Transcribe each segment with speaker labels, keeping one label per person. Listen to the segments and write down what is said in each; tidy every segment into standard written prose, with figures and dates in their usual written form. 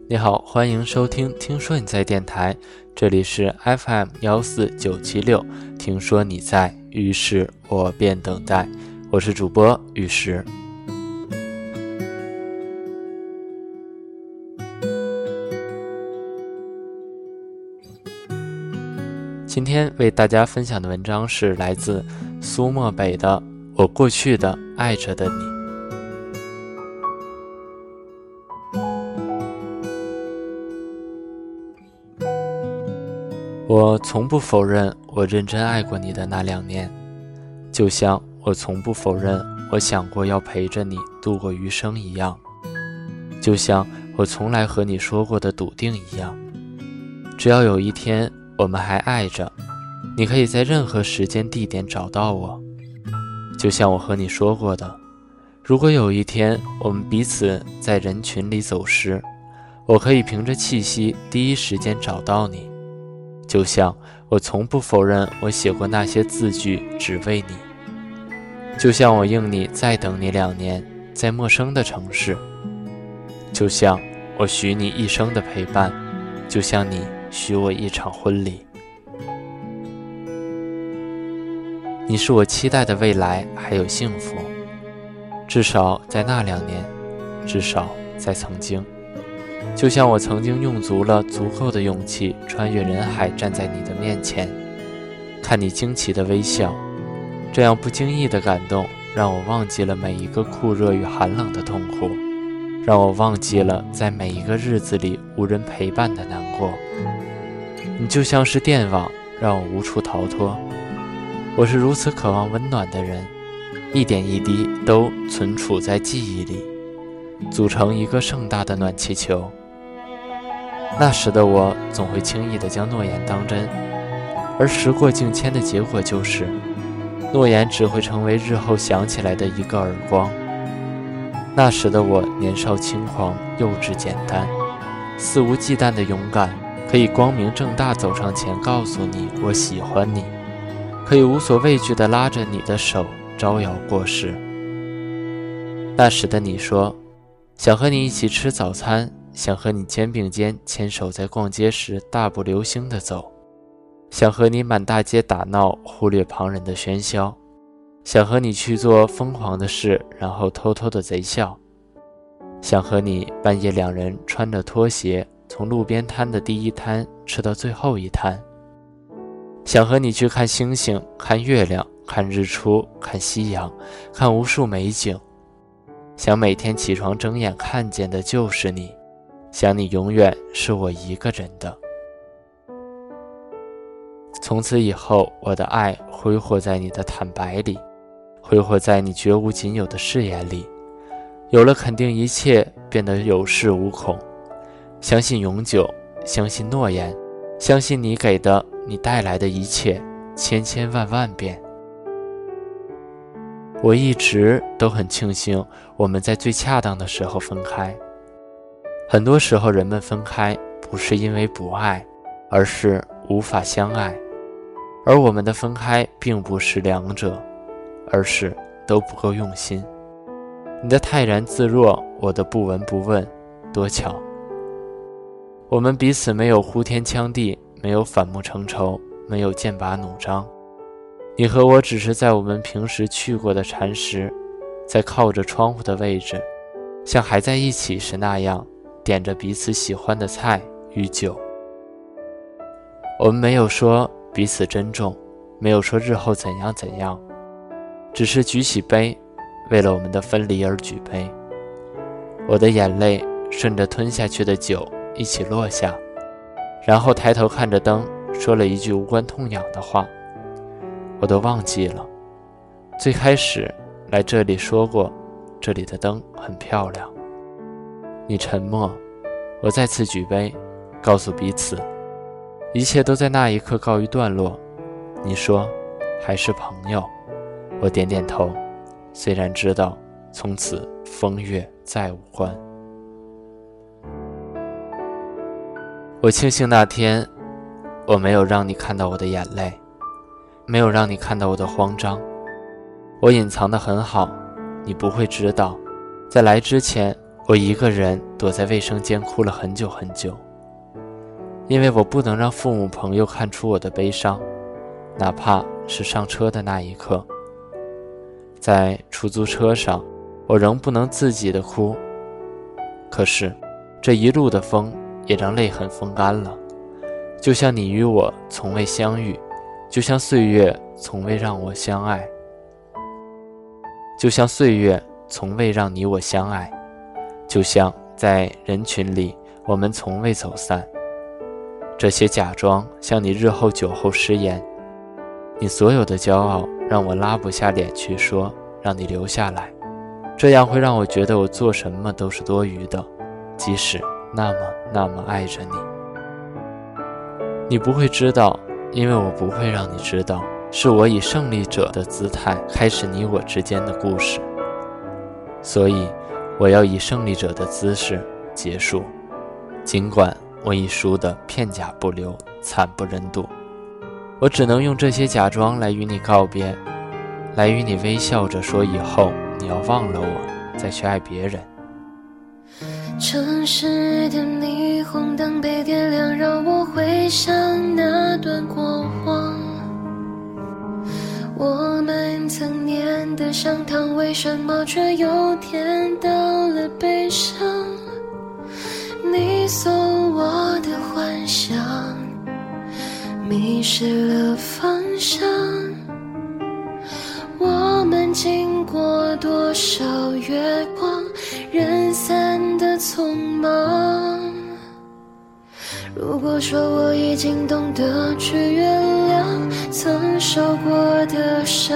Speaker 1: 你好，欢迎收听听说你在电台，这里是 FM14976，听说你在，于是我便等待。我是主播玉石。今天为大家分享的文章是来自苏漠北的《我过去的爱着的你》。我从不否认我认真爱过你的那2年，就像我从不否认我想过要陪着你度过余生一样，就像我从来和你说过的笃定一样。只要有一天我们还爱着，你可以在任何时间地点找到我。就像我和你说过的，如果有一天我们彼此在人群里走失，我可以凭着气息第一时间找到你。就像我从不否认我写过那些字句只为你，就像我应你再等你2年，在陌生的城市，就像我许你一生的陪伴，就像你许我一场婚礼。你是我期待的未来还有幸福，至少在那2年，至少在曾经。就像我曾经用足了足够的勇气穿越人海站在你的面前，看你惊奇的微笑，这样不经意的感动让我忘记了每一个酷热与寒冷的痛苦，让我忘记了在每一个日子里无人陪伴的难过。你就像是电网，让我无处逃脱。我是如此渴望温暖的人，一点一滴都存储在记忆里，组成一个盛大的暖气球。那时的我总会轻易地将诺言当真，而时过境迁的结果就是，诺言只会成为日后想起来的一个耳光。那时的我年少轻狂，幼稚简单，肆无忌惮的勇敢，可以光明正大走上前告诉你我喜欢你，可以无所畏惧地拉着你的手招摇过市。那时的你说，想和你一起吃早餐，想和你肩并肩牵手在逛街时大步流星地走，想和你满大街打闹，忽略旁人的喧嚣，想和你去做疯狂的事，然后偷偷的贼笑，想和你半夜2人穿着拖鞋从路边摊的第一摊吃到最后一摊，想和你去看星星，看月亮，看日出，看夕阳，看无数美景，想每天起床睁眼看见的就是你，想你永远是我一个人的。从此以后，我的爱挥霍在你的坦白里，挥霍在你绝无仅有的誓言里，有了肯定一切，变得有恃无恐，相信永久，相信诺言，相信你给的，你带来的一切，千千万万遍。我一直都很庆幸我们在最恰当的时候分开。很多时候人们分开不是因为不爱，而是无法相爱，而我们的分开并不是两者，而是都不够用心。你的泰然自若，我的不闻不问，多巧。我们彼此没有呼天抢地，没有反目成仇，没有剑拔弩张。你和我只是在我们平时去过的禅室，在靠着窗户的位置，像还在一起时那样点着彼此喜欢的菜与酒。我们没有说彼此珍重，没有说日后怎样怎样，只是举起杯，为了我们的分离而举杯。我的眼泪顺着吞下去的酒一起落下，然后抬头看着灯，说了一句无关痛痒的话，我都忘记了。最开始来这里说过，这里的灯很漂亮。你沉默，我再次举杯，告诉彼此，一切都在那一刻告一段落。你说还是朋友，我点点头，虽然知道从此风月再无关。我庆幸那天我没有让你看到我的眼泪，没有让你看到我的慌张，我隐藏得很好，你不会知道。在来之前， 我一个人躲在卫生间哭了很久很久，因为我不能让父母朋友看出我的悲伤，哪怕是上车的那一刻。在出租车上，我仍不能自己的哭，可是这一路的风也让泪痕风干了，就像你与我从未相遇，就像岁月从未让我相爱，就像岁月从未让你我相爱，就像在人群里我们从未走散。这些假装向你日后酒后失言，你所有的骄傲让我拉不下脸去说让你留下来，这样会让我觉得我做什么都是多余的，即使那么爱着你。你不会知道，因为我不会让你知道，是我以胜利者的姿态开始你我之间的故事，所以我要以胜利者的姿势结束，尽管我已输得片甲不留，惨不忍睹。我只能用这些假装来与你告别，来与你微笑着说以后你要忘了我，再去爱别人。
Speaker 2: 城市的霓虹灯被点亮，让我回想那段过往。我们曾念得像糖，为什么却又甜到了悲伤？你送我的幻想，迷失了方向。我们经过多少月光，人散的匆忙。如果说我已经懂得去原谅曾受过的伤，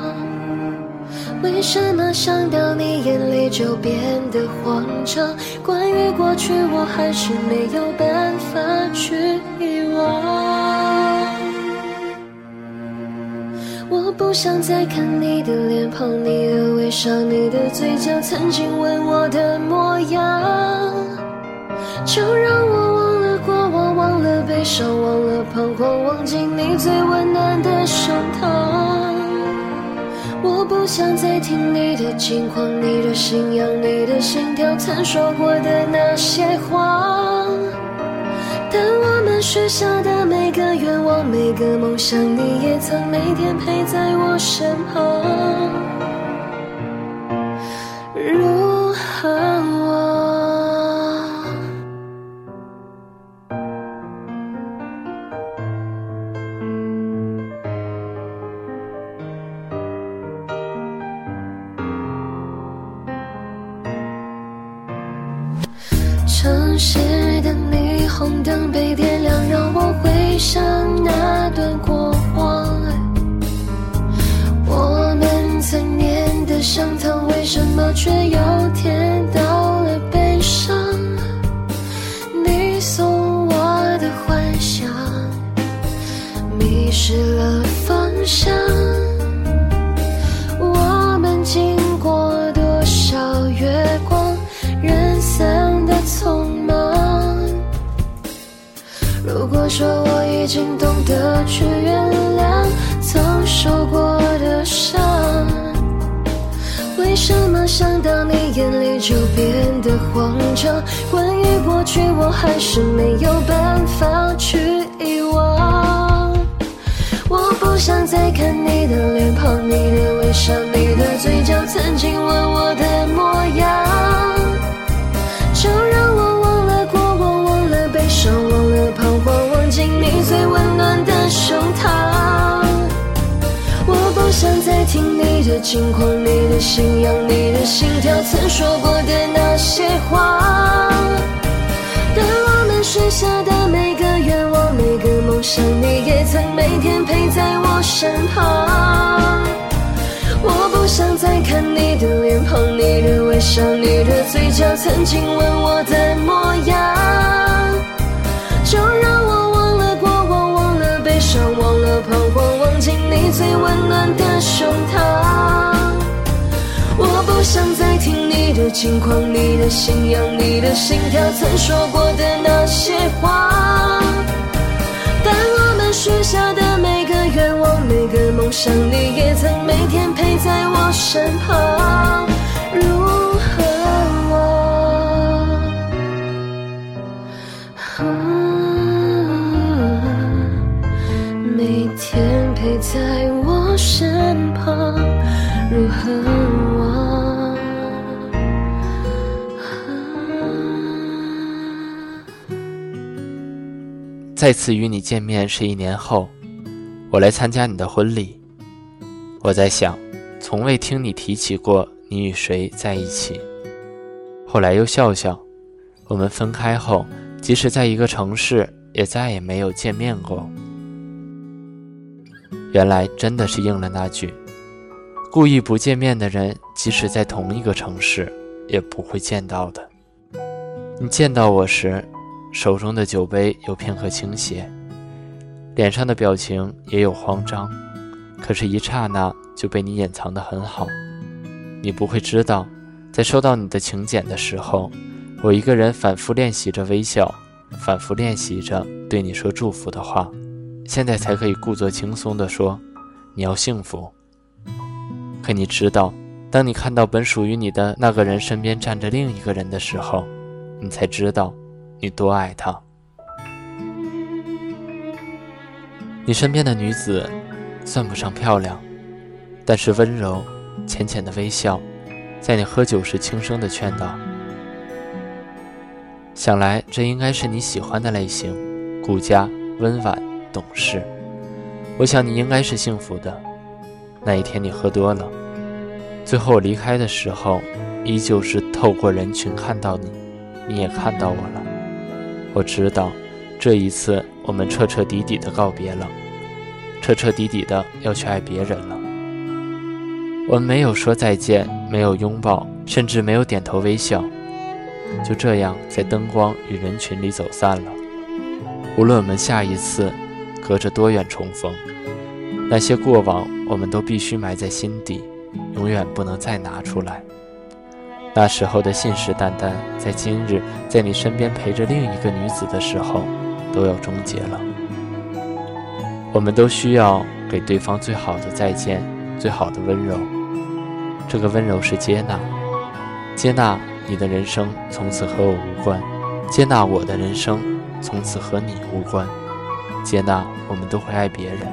Speaker 2: 为什么想到你眼里就变得慌张？关于过去我还是没有办法去遗忘。我不想再看你的脸庞，你的微笑，你的嘴角，曾经吻我的模样。就让我忘了过往，忘了悲伤，忘了彷徨，忘记你最温暖的胸膛。我不想再听你的近况，你的信仰，你的心跳，曾说过的那些话。但我们许下的每个愿望，每个梦想，你也曾每天陪在我身旁。如何城市的霓虹灯被点亮，让我回想那段过往。我们曾念得像糖，为什么却又甜到了悲伤？你送我的幻想，迷失了方向。我们经过多少月光，人散的匆忙。如果说我已经懂得去原谅曾受过的伤，为什么想到你眼里就变得慌张？关于过去我还是没有办法去遗忘。我不想再看你的脸庞，你的微笑，你的嘴角，曾经吻我的模样。就让我忘了过往，忘了悲伤，忘了彷徨，忘记你最温暖的胸膛。我不想再听你的近况，你的信仰，你的心跳，曾说过的那些话。但我们许下的每个愿望，每个梦想，你也曾每天陪在我身旁。我不想再看你的脸庞，你的微笑，你的嘴角，曾经吻我的模样。就让我忘了过往，忘了悲伤，忘了彷徨，忘记你最温暖的胸膛。我不想再听你的近况，你的信仰，你的心跳，曾说过的那些话。但我们许下的每个愿望，每个梦想，你也曾每天陪在我身旁。如何
Speaker 1: 再次与你见面是1年后，我来参加你的婚礼。我在想，从未听你提起过你与谁在一起。后来又笑笑，我们分开后，即使在一个城市，也再也没有见面过。原来真的是应了那句，故意不见面的人，即使在同一个城市，也不会见到的。你见到我时，手中的酒杯有片刻倾斜，脸上的表情也有慌张，可是一刹那就被你掩藏得很好。你不会知道，在收到你的请柬的时候，我一个人反复练习着微笑，反复练习着对你说祝福的话，现在才可以故作轻松地说你要幸福。可你知道，当你看到本属于你的那个人身边站着另一个人的时候，你才知道你多爱他。你身边的女子算不上漂亮，但是温柔浅浅的微笑，在你喝酒时轻声的劝导。想来这应该是你喜欢的类型，顾家、温婉、懂事。我想你应该是幸福的。那一天你喝多了，最后我离开的时候，依旧是透过人群看到你，你也看到我了。我知道这一次我们彻彻底底的告别了，彻彻底底的要去爱别人了。我们没有说再见，没有拥抱，甚至没有点头微笑，就这样在灯光与人群里走散了。无论我们下一次隔着多远重逢，那些过往我们都必须埋在心底，永远不能再拿出来。那时候的信誓旦旦，在今日在你身边陪着另一个女子的时候都要终结了。我们都需要给对方最好的再见，最好的温柔。这个温柔是接纳，接纳你的人生从此和我无关，接纳我的人生从此和你无关，接纳我们都会爱别人。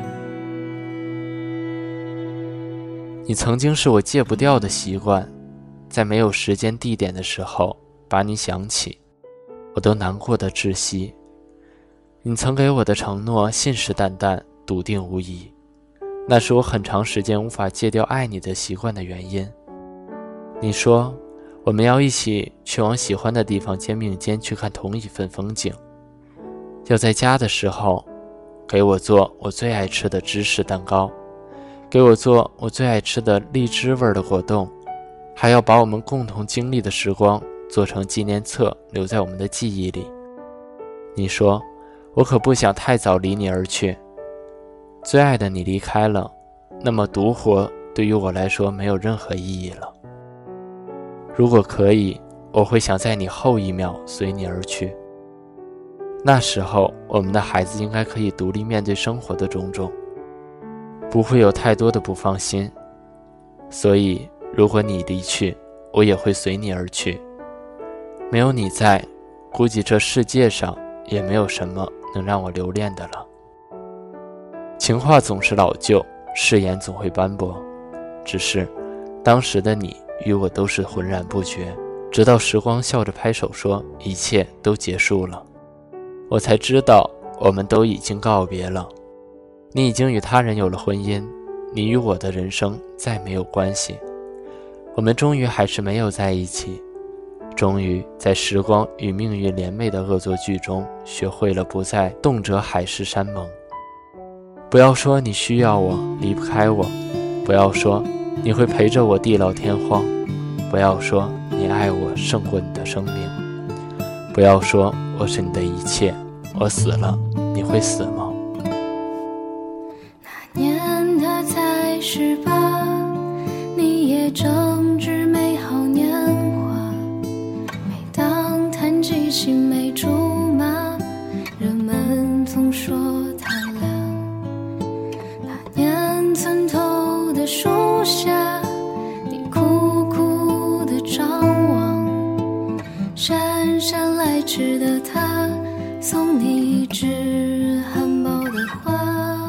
Speaker 1: 你曾经是我戒不掉的习惯，在没有时间地点的时候把你想起，我都难过的窒息。你曾给我的承诺信誓旦旦，笃定无疑，那是我很长时间无法戒掉爱你的习惯的原因。你说我们要一起去往喜欢的地方肩并肩去看同一份风景，要在家的时候给我做我最爱吃的芝士蛋糕，给我做我最爱吃的荔枝味的果冻，还要把我们共同经历的时光做成纪念册，留在我们的记忆里。你说我可不想太早离你而去，最爱的你离开了，那么独活对于我来说没有任何意义了。如果可以，我会想在你后一秒随你而去。那时候我们的孩子应该可以独立面对生活的种种，不会有太多的不放心。所以如果你离去，我也会随你而去。没有你在，估计这世界上也没有什么能让我留恋的了。情话总是老旧，誓言总会斑驳，只是当时的你与我都是浑然不觉，直到时光笑着拍手说一切都结束了，我才知道我们都已经告别了。你已经与他人有了婚姻，你与我的人生再没有关系。我们终于还是没有在一起，终于在时光与命运联袂的恶作剧中学会了不再动辄海誓山盟。不要说你需要我，离不开我，不要说你会陪着我地老天荒，不要说你爱我胜过你的生命，不要说我是你的一切，我死了你会死吗？
Speaker 2: 那年他才18，你也正值美好年华，每当谈及青梅竹马，人们总说他俩。那年村头的树下，你苦苦地张望，姗姗来迟的他送你一枝含苞的花。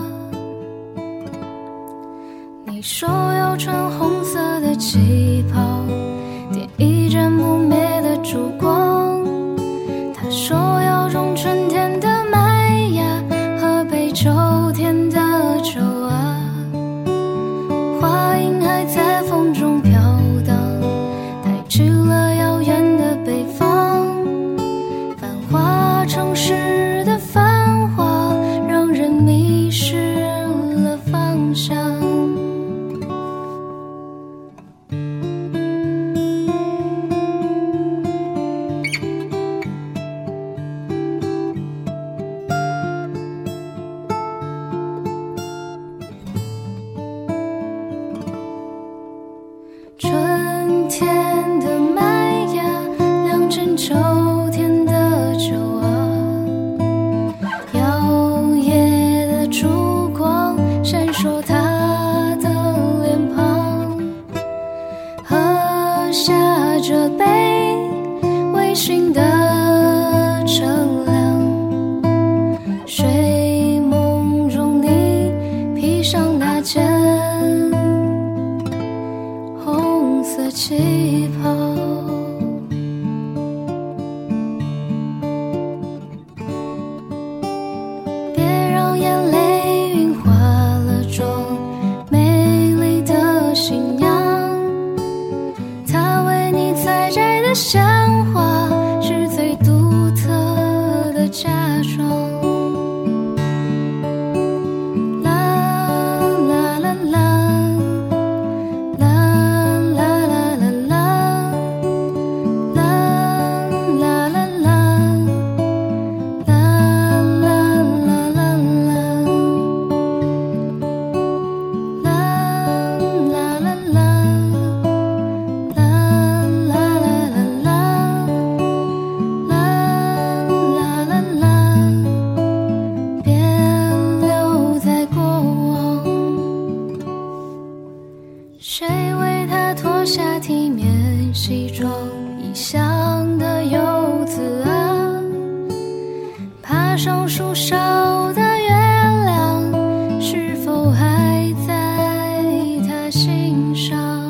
Speaker 2: 你说要穿红色的旗袍，点一盏不灭的烛光。他说要种春天的麦芽， 秋天的酒啊，摇曳的烛光闪烁他的脸庞，喝下这杯微醺的乘凉，睡梦中你披上那件红色旗袍。别让眼泪晕花了妆，美丽的新娘，她为你采摘的鲜花是最独特的嫁妆。谁为他脱下体面西装，异乡的游子啊，爬上树梢的月亮，是否还在他心上？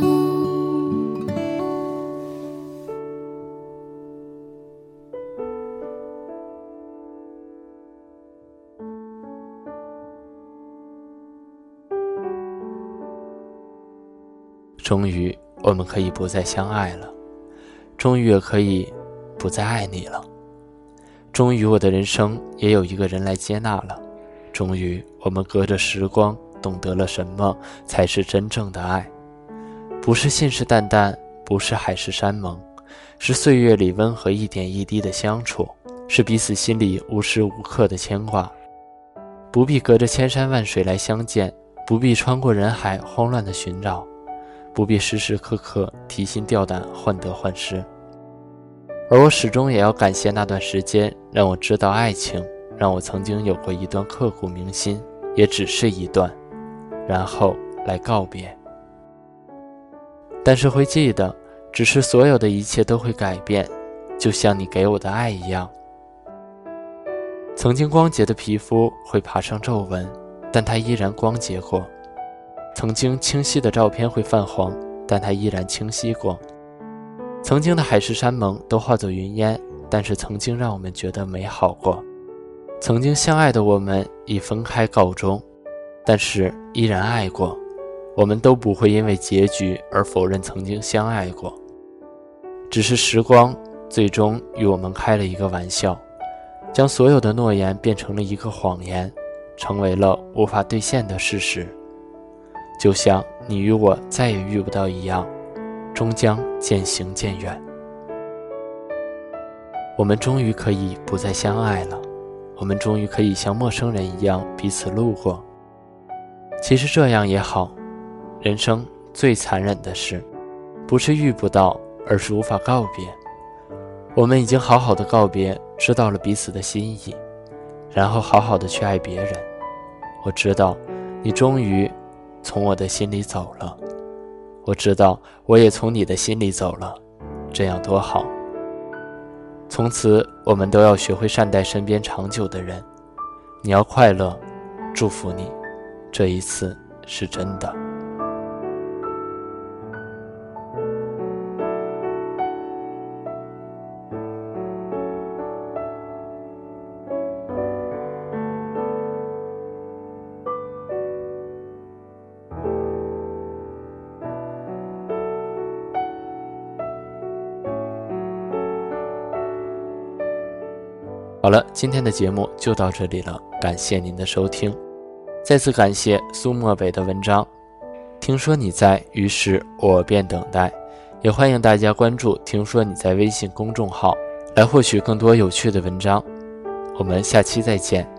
Speaker 1: 终于我们可以不再相爱了，终于也可以不再爱你了，终于我的人生也有一个人来接纳了，终于我们隔着时光懂得了什么才是真正的爱，不是信誓旦旦，不是海誓山盟，是岁月里温和一点一滴的相处，是彼此心里无时无刻的牵挂，不必隔着千山万水来相见，不必穿过人海慌乱的寻找，不必时时刻刻提心吊胆患得患失。而我始终也要感谢那段时间，让我知道爱情，让我曾经有过一段刻骨铭心，也只是一段，然后来告别。但是会记得，只是所有的一切都会改变，就像你给我的爱一样。曾经光洁的皮肤会爬上皱纹，但它依然光洁过。曾经清晰的照片会泛黄，但它依然清晰过。曾经的海誓山盟都化作云烟，但是曾经让我们觉得美好过。曾经相爱的我们以分开告终，但是依然爱过。我们都不会因为结局而否认曾经相爱过，只是时光最终与我们开了一个玩笑，将所有的诺言变成了一个谎言，成为了无法兑现的事实。就像你与我再也遇不到一样，终将渐行渐远。我们终于可以不再相爱了，我们终于可以像陌生人一样彼此路过。其实这样也好，人生最残忍的事，不是遇不到，而是无法告别。我们已经好好的告别，知道了彼此的心意，然后好好的去爱别人。我知道你终于从我的心里走了，我知道我也从你的心里走了，这样多好。从此我们都要学会善待身边长久的人。你要快乐，祝福你，这一次是真的。好了，今天的节目就到这里了，感谢您的收听。再次感谢苏漠北的文章，听说你在，于是我便等待。也欢迎大家关注听说你在微信公众号，来获取更多有趣的文章。我们下期再见。